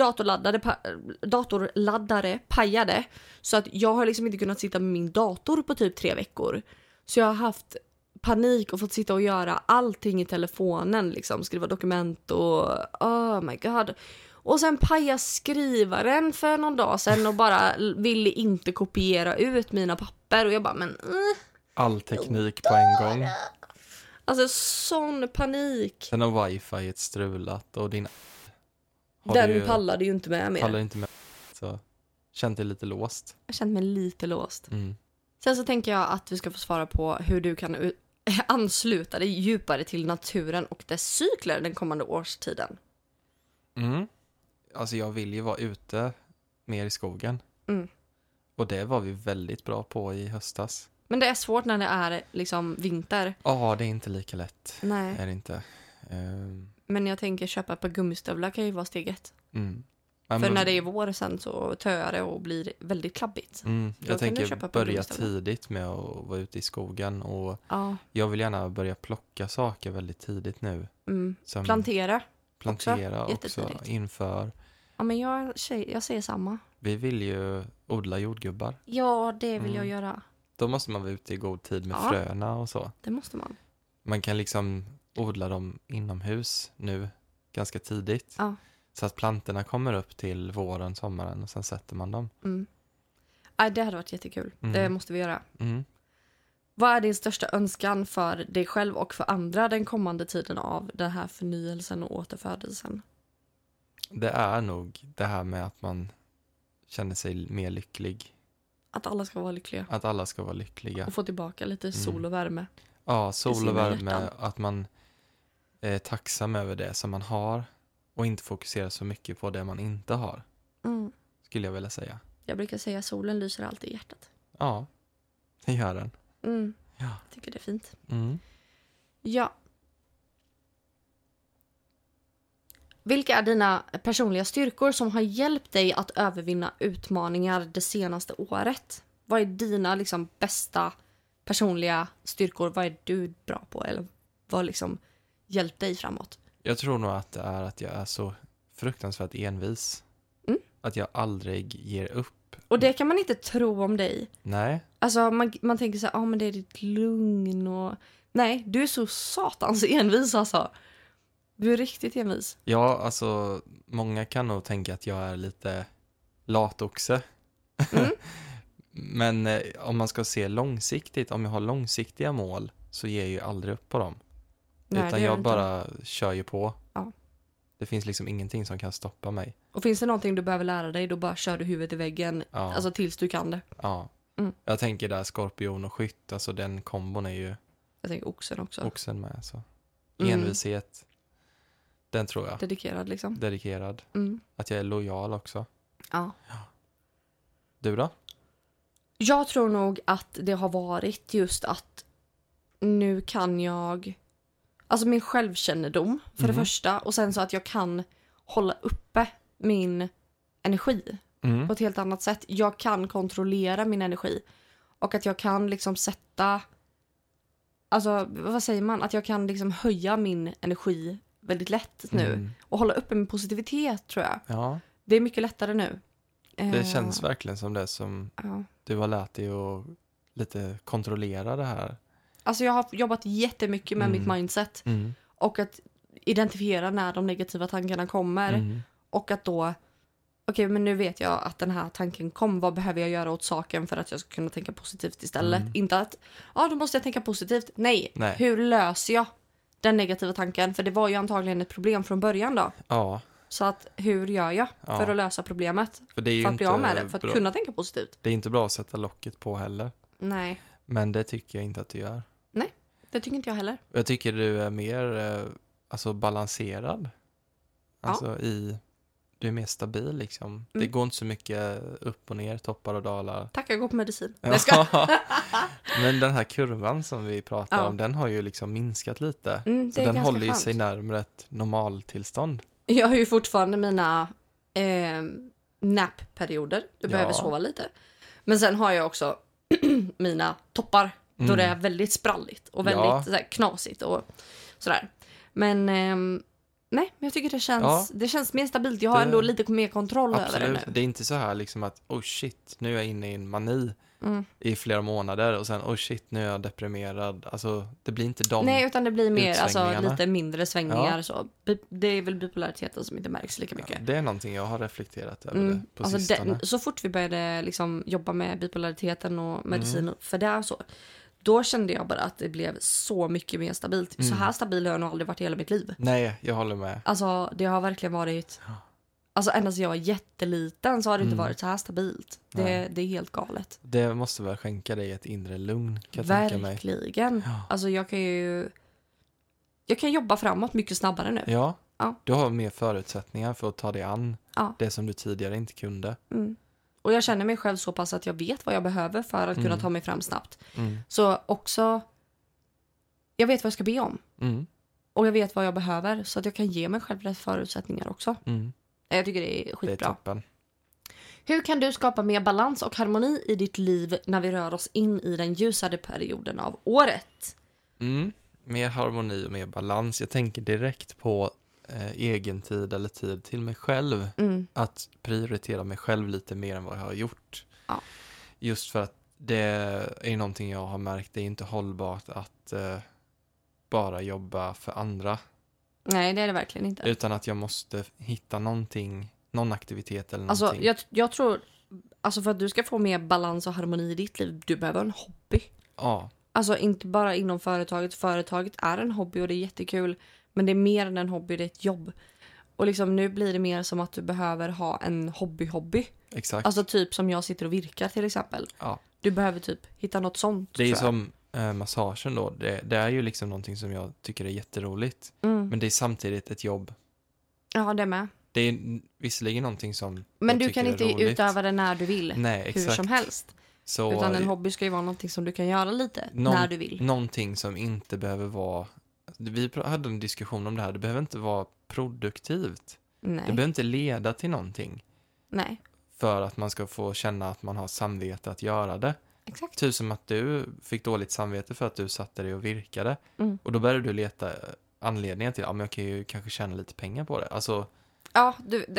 datorladdare pajade, så att jag har liksom inte kunnat sitta med min dator på typ 3 veckor. Så jag har haft panik och fått sitta och göra allting i telefonen, liksom skriva dokument och oh my god. Och sen pajade skrivaren för någon dag sedan och bara ville inte kopiera ut mina papper och jag bara all teknik på en gång. Alltså sån panik. Sen har wifi strulat och din den pallade ju inte med mer. Pallar inte med. Så känt dig lite låst. Jag kände mig lite låst. Sen så tänker jag att vi ska få svara på hur du kan ansluta dig djupare till naturen och dess cykler den kommande årstiden. Alltså jag vill ju vara ute mer i skogen. Och det var vi väldigt bra på i höstas. Men det är svårt när det är liksom vinter. Ja, det är inte lika lätt. Nej. Är det inte. Men jag tänker köpa ett par gummistövlar kan ju vara steget. För när det är vår sen så töar det och blir väldigt klabbigt. Jag tänker börja tidigt med att vara ute i skogen. Och jag vill gärna börja plocka saker väldigt tidigt nu. Plantera också inför. Ja, men jag säger samma. Vi vill ju odla jordgubbar. Ja, det vill jag göra. Då måste man vara ute i god tid med fröna och så. Det måste man. Man kan liksom odla dem inomhus nu ganska tidigt. Så att plantorna kommer upp till våren, sommaren och sen sätter man dem. Det hade varit jättekul. Det måste vi göra. Vad är din största önskan för dig själv och för andra den kommande tiden av den här förnyelsen och återfödelsen? Det är nog det här med att man känner sig mer lycklig. Att alla ska vara lyckliga. Att alla ska vara lyckliga. Och få tillbaka lite sol och värme. Ja, sol och värme. Hjärtan. Att man är tacksam över det som man har. Och inte fokusera så mycket på det man inte har. Skulle jag vilja säga. Jag brukar säga att solen lyser alltid i hjärtat. Ja, det gör den. Ja. Jag tycker det är fint. Ja. Vilka är dina personliga styrkor som har hjälpt dig att övervinna utmaningar det senaste året? Vad är dina liksom bästa personliga styrkor? Vad är du bra på? Eller vad liksom hjälpt dig framåt? Jag tror nog att det är att jag är så fruktansvärt envis. Att jag aldrig ger upp. Och det kan man inte tro om dig. Nej. Alltså man tänker så här, men det är ditt lugn och... Nej, du är så satans envis alltså. Du är riktigt envis. Ja, alltså många kan nog tänka att jag är lite latoxe. Men om man ska se långsiktigt, om jag har långsiktiga mål så ger jag ju aldrig upp på dem. Nej, utan jag bara kör ju på. Ja. Det finns liksom ingenting som kan stoppa mig. Och finns det någonting du behöver lära dig, då bara kör du huvudet i väggen. Ja. Alltså tills du kan det. Ja. Jag tänker där skorpion och skytt, alltså den kombon är ju... Jag tänker oxen också. Oxen med, så. Envishet. Den tror jag. Dedikerad liksom. Dedikerad. Att jag är lojal också. Ja. Du då? Jag tror nog att det har varit just att nu kan jag... Alltså min självkännedom för det första. Och sen så att jag kan hålla uppe min energi på ett helt annat sätt. Jag kan kontrollera min energi. Och att jag kan liksom sätta... Alltså vad säger man? Att jag kan liksom höja min energi väldigt lätt nu. Och hålla uppe min positivitet tror jag. Ja. Det är mycket lättare nu. Det känns verkligen som det som du har lärt dig att lite kontrollera det här. Alltså jag har jobbat jättemycket med mitt mindset. Och att identifiera när de negativa tankarna kommer. Och att då, okej, men nu vet jag att den här tanken kom. Vad behöver jag göra åt saken för att jag ska kunna tänka positivt istället? Inte att, då måste jag tänka positivt. Nej. Hur löser jag den negativa tanken. För det var ju antagligen ett problem från början då. Ja. Så att hur gör jag för att lösa problemet? För det är ju för att bli av med det, inte för att bra. kunna tänka positivt. Det är inte bra att sätta locket på heller. Nej, Men det tycker jag inte att du gör. det tycker inte jag heller. Jag tycker du är mer balanserad. Alltså du är mer stabil liksom. Det går inte så mycket upp och ner, toppar och dalar. Tack, jag går på medicin. Ja. Men den här kurvan som vi pratar om, den har ju liksom minskat lite. Så den håller ju sig närmare ett normaltillstånd. Jag har ju fortfarande mina nap-perioder. Du behöver sova lite. Men sen har jag också mina toppar. Då det är väldigt spralligt och väldigt sådär, knasigt och sådär. Men nej, men jag tycker det känns mer stabilt. Jag har ändå lite mer kontroll över det nu. Det är inte så här liksom att oh shit, nu är jag inne i en mani i flera månader och sen oh shit, nu är jag deprimerad. Alltså det blir inte de. Nej, utan det blir mer lite mindre svängningar så. Det är väl bipolariteten som inte märks lika mycket. Det är någonting jag har reflekterat över på sistone. Så fort vi började liksom jobba med bipolariteten och medicin för det är så. Då kände jag bara att det blev så mycket mer stabilt. Så här stabil har jag nog aldrig varit i hela mitt liv. Nej, jag håller med. Alltså det har verkligen varit... Alltså ända sedan jag var jätteliten så har det inte varit så här stabilt. Det är helt galet. Det måste väl skänka dig ett inre lugn, kan jag tänka mig. Verkligen. Ja. Alltså jag kan jobba framåt mycket snabbare nu. Ja, du har mer förutsättningar för att ta dig an det som du tidigare inte kunde. Och jag känner mig själv så pass att jag vet vad jag behöver för att kunna ta mig fram snabbt. Så också, jag vet vad jag ska be om. Och jag vet vad jag behöver så att jag kan ge mig själv rätt förutsättningar också. Jag tycker det är skitbra. Det är toppen. Hur kan du skapa mer balans och harmoni i ditt liv när vi rör oss in i den ljusare perioden av året? Mer harmoni och mer balans. Jag tänker direkt på egen tid eller tid till mig själv. Att prioritera mig själv lite mer än vad jag har gjort. Ja. Just för att det är någonting jag har märkt. Det är inte hållbart att bara jobba för andra. Nej, det är det verkligen inte. Utan att jag måste hitta någon aktivitet eller någonting. Alltså, jag tror, alltså för att du ska få mer balans och harmoni i ditt liv, du behöver en hobby. Ja. Alltså inte bara inom företaget. Företaget är en hobby och det är jättekul. Men det är mer än en hobby, det är ett jobb. Och liksom nu blir det mer som att du behöver ha en hobby. Exakt. Alltså typ som jag sitter och virkar till exempel. Ja. Du behöver typ hitta något sånt. Det är som massagen då. Det är ju liksom någonting som jag tycker är jätteroligt. Men det är samtidigt ett jobb. Ja, det med. Det är visserligen någonting som men jag du kan inte utöva det när du vill. Nej, exakt. Hur som helst. Så, utan en hobby ska ju vara någonting som du kan göra lite när du vill. Någonting som inte behöver vara... Vi hade en diskussion om det här. Det behöver inte vara produktivt. Nej. Det behöver inte leda till någonting. Nej. För att man ska få känna att man har samvete att göra det. Exakt. Typ som att du fick dåligt samvete för att du satte dig och virkade. Och då började du leta anledningar till att jag kan ju kanske tjäna lite pengar på det. Alltså... Ja,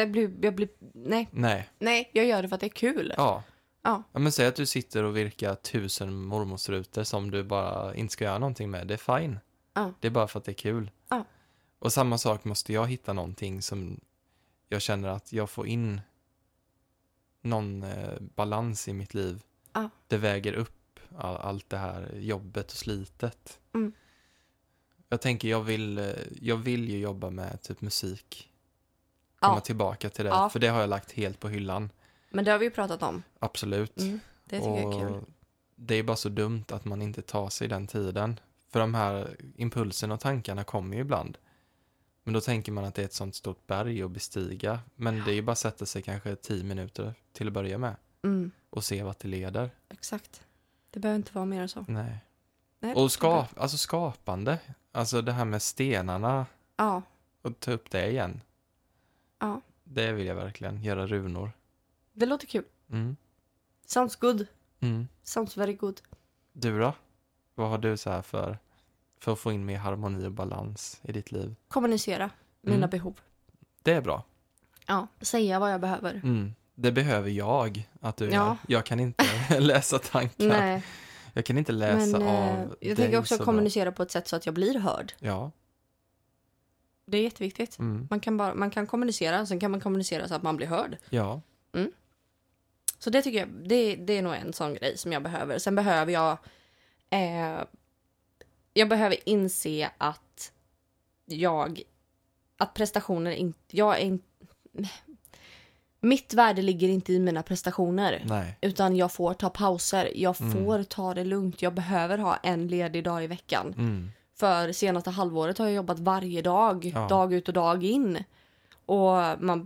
Nej, jag gör det för att det är kul. Ja. Ja. Men säg att du sitter och virkar 1000 mormorsrutor som du bara inte ska göra någonting med. Det är fine. Ja. Det är bara för att det är kul. Ja. Och samma sak måste jag hitta någonting som jag känner att jag får in någon balans i mitt liv. Ja. Det väger upp allt det här jobbet och slitet. Jag tänker jag vill ju jobba med typ musik. Komma tillbaka till det. Ja. För det har jag lagt helt på hyllan. Men det har vi ju pratat om. Absolut. Det tycker jag är kul. Det är bara så dumt att man inte tar sig den tiden. För de här impulserna och tankarna kommer ju ibland. Men då tänker man att det är ett sånt stort berg att bestiga. Men det är ju bara att sätta sig kanske 10 minuter till att börja med. Och se vart det leder. Exakt. Det behöver inte vara mer än så. Nej. Nej, och skapande. Alltså det här med stenarna. Ja. Och ta upp det igen. Ja. Det vill jag verkligen. Göra runor. Det låter kul. Sounds good. Sounds very good. Du då? Vad har du så här för att få in mer harmoni och balans i ditt liv? Kommunicera mina behov. Det är bra. Ja, säga vad jag behöver. Det behöver jag att du gör. Jag kan inte läsa tankar. Nej. Jag kan inte läsa av jag tänker också kommunicera på ett sätt så att jag blir hörd. Ja. Det är jätteviktigt. Man kan kommunicera, sen kan man kommunicera så att man blir hörd. Ja. Så det tycker jag, det är nog en sån grej som jag behöver. Sen behöver jag behöver inse att att prestationer inte... Mitt värde ligger inte i mina prestationer. Nej. Utan jag får ta pauser. Jag får ta det lugnt. Jag behöver ha en ledig dag i veckan. För senaste halvåret har jag jobbat varje dag. Ja. Dag ut och dag in. Och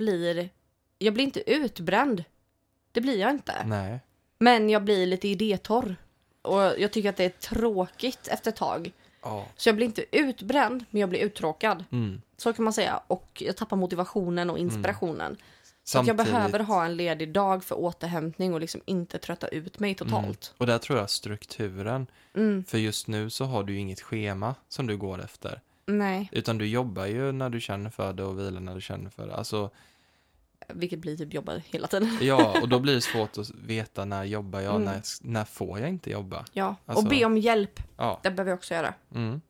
jag blir inte utbränd. Det blir jag inte. Nej. Men jag blir lite idétorr. Och jag tycker att det är tråkigt efter ett tag. Ja. Så jag blir inte utbränd, men jag blir uttråkad. Mm. Så kan man säga. Och jag tappar motivationen och inspirationen. Så Samtidigt... att jag behöver ha en ledig dag för återhämtning och liksom inte trötta ut mig totalt. Och där tror jag strukturen. För just nu så har du ju inget schema som du går efter. Nej. Utan du jobbar ju när du känner för det och vilar när du känner för det. Alltså, vilket blir typ jobba hela tiden. ja, och då blir det svårt att veta när jobbar jag, när får jag inte jobba. Ja, alltså, och be om hjälp. Ja. Det behöver jag också göra.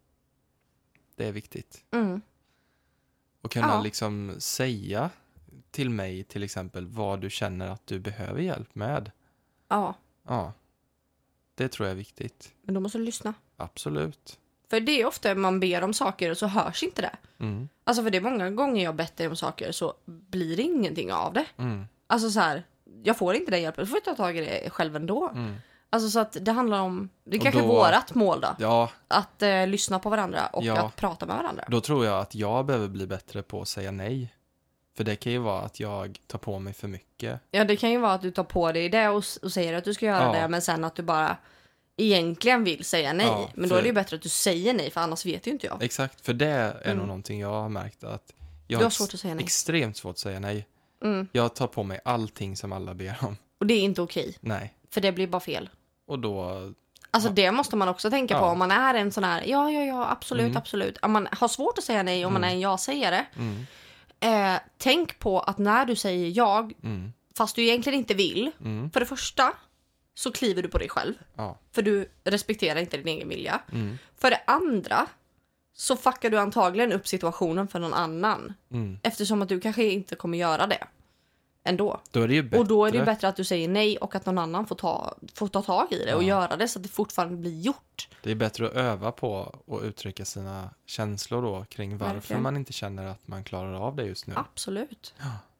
Det är viktigt. Mm. Och kunna liksom säga till mig till exempel vad du känner att du behöver hjälp med. Ja. Ja. Det tror jag är viktigt. Men då måste du lyssna. Absolut. För det är ofta man ber om saker och så hörs inte det. Alltså för det är många gånger jag bett dig om saker så blir det ingenting av det. Alltså så här, jag får inte den hjälpen. Du får ta tag i det själv ändå. Alltså så att det handlar om, det är kanske vårat mål då. Ja. Att lyssna på varandra och att prata med varandra. Då tror jag att jag behöver bli bättre på att säga nej. För det kan ju vara att jag tar på mig för mycket. Ja, det kan ju vara att du tar på dig det och säger att du ska göra det. Men sen att du bara egentligen vill säga nej. Ja, men då är det ju bättre att du säger nej, för annars vet ju inte jag. Exakt, för det är nog någonting jag har märkt. Att jag har svårt att säga nej. Extremt svårt att säga nej. Jag tar på mig allting som alla ber om. Och det är inte okej. Nej. För det blir bara fel. Och då... Alltså det måste man också tänka på om man är en sån här, ja, absolut. Om man har svårt att säga nej, om man är en ja-sägare. Tänk på att när du säger jag, fast du egentligen inte vill, för det första så kliver du på dig själv. För du respekterar inte din egen vilja. För det andra så fuckar du antagligen upp situationen för någon annan. Eftersom att du kanske inte kommer göra det ändå. Då är det ju bättre. Och då är det bättre att du säger nej och att någon annan får ta tag i det och göra det så att det fortfarande blir gjort. Det är bättre att öva på och uttrycka sina känslor då kring varför verkligen man inte känner att man klarar av det just nu. Absolut.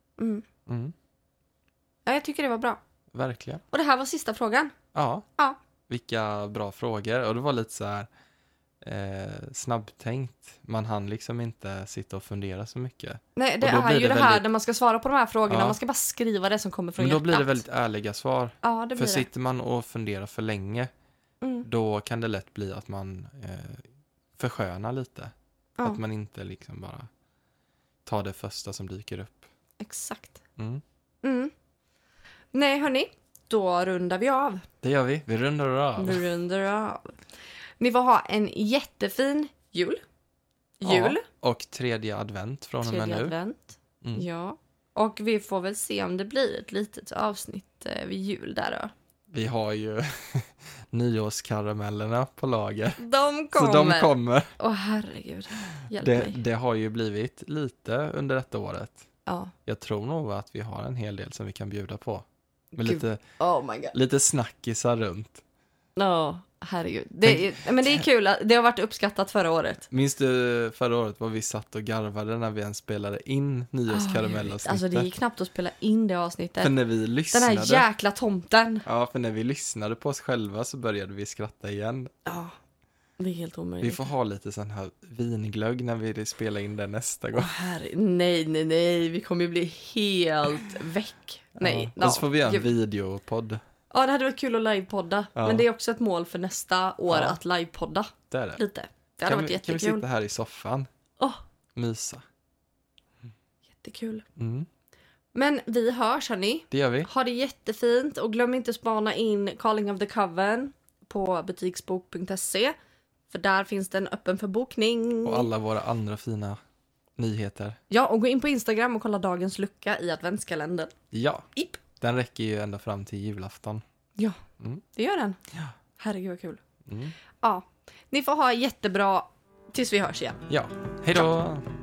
Ja, jag tycker det var bra. Verkligen. Och det här var sista frågan. Ja. Vilka bra frågor. Och det var lite så här snabbtänkt. Man hann liksom inte sitta och fundera så mycket. Nej, det är ju det här när man ska svara på de här frågorna. Man ska bara skriva det som kommer från hjärtat. Men då blir det väldigt ärliga svar. Ja, det blir för sitter man och funderar för länge, då kan det lätt bli att man förskönar lite. Att man inte liksom bara tar det första som dyker upp. Exakt. Nej, hörni. Då rundar vi av. Det gör vi. Vi rundar av. Ni får ha en jättefin jul. Ja, och 3:e advent från och med nu. 3:e advent. Ja. Och vi får väl se om det blir ett litet avsnitt vid jul där då. Vi har ju nyårskaramellerna på lager. De kommer. Så de kommer. Åh herregud, hjälp mig. Det har ju blivit lite under detta året. Ja. Jag tror nog att vi har en hel del som vi kan bjuda på. Med lite snackisar runt. Herregud. Men det är kul. Det har varit uppskattat förra året. Minns du förra året vad vi satt och garvade när vi ens spelade in nyårskaramellavsnittet? Alltså det gick knappt att spela in det avsnittet. För när vi lyssnade... Den här jäkla tomten. Ja, för när vi lyssnade på oss själva så började vi skratta igen. Ja, det är helt omöjligt. Vi får ha lite sån här vinglögg när vi spelar in det nästa gång. Nej. Vi kommer ju bli helt väck. Nej. Och så får vi göra en videopodd. Ja, det hade varit kul att livepodda. Ja. Men det är också ett mål för nästa år att livepodda. Det är det. Lite. Det hade varit jättekul. Kan vi sitta här i soffan? Mysa. Jättekul. Men vi hörs, hörni. Det gör vi. Ha det jättefint. Och glöm inte spana in Calling of the Coven på butiksbok.se. För där finns den öppen för bokning. Och alla våra andra fina nyheter. Ja, och gå in på Instagram och kolla dagens lucka i adventskalendern. Ja. Den räcker ju ända fram till julafton. Ja, det gör den. Ja. Herregud vad kul. Ja, ni får ha jättebra tills vi hörs igen. Ja, hej då!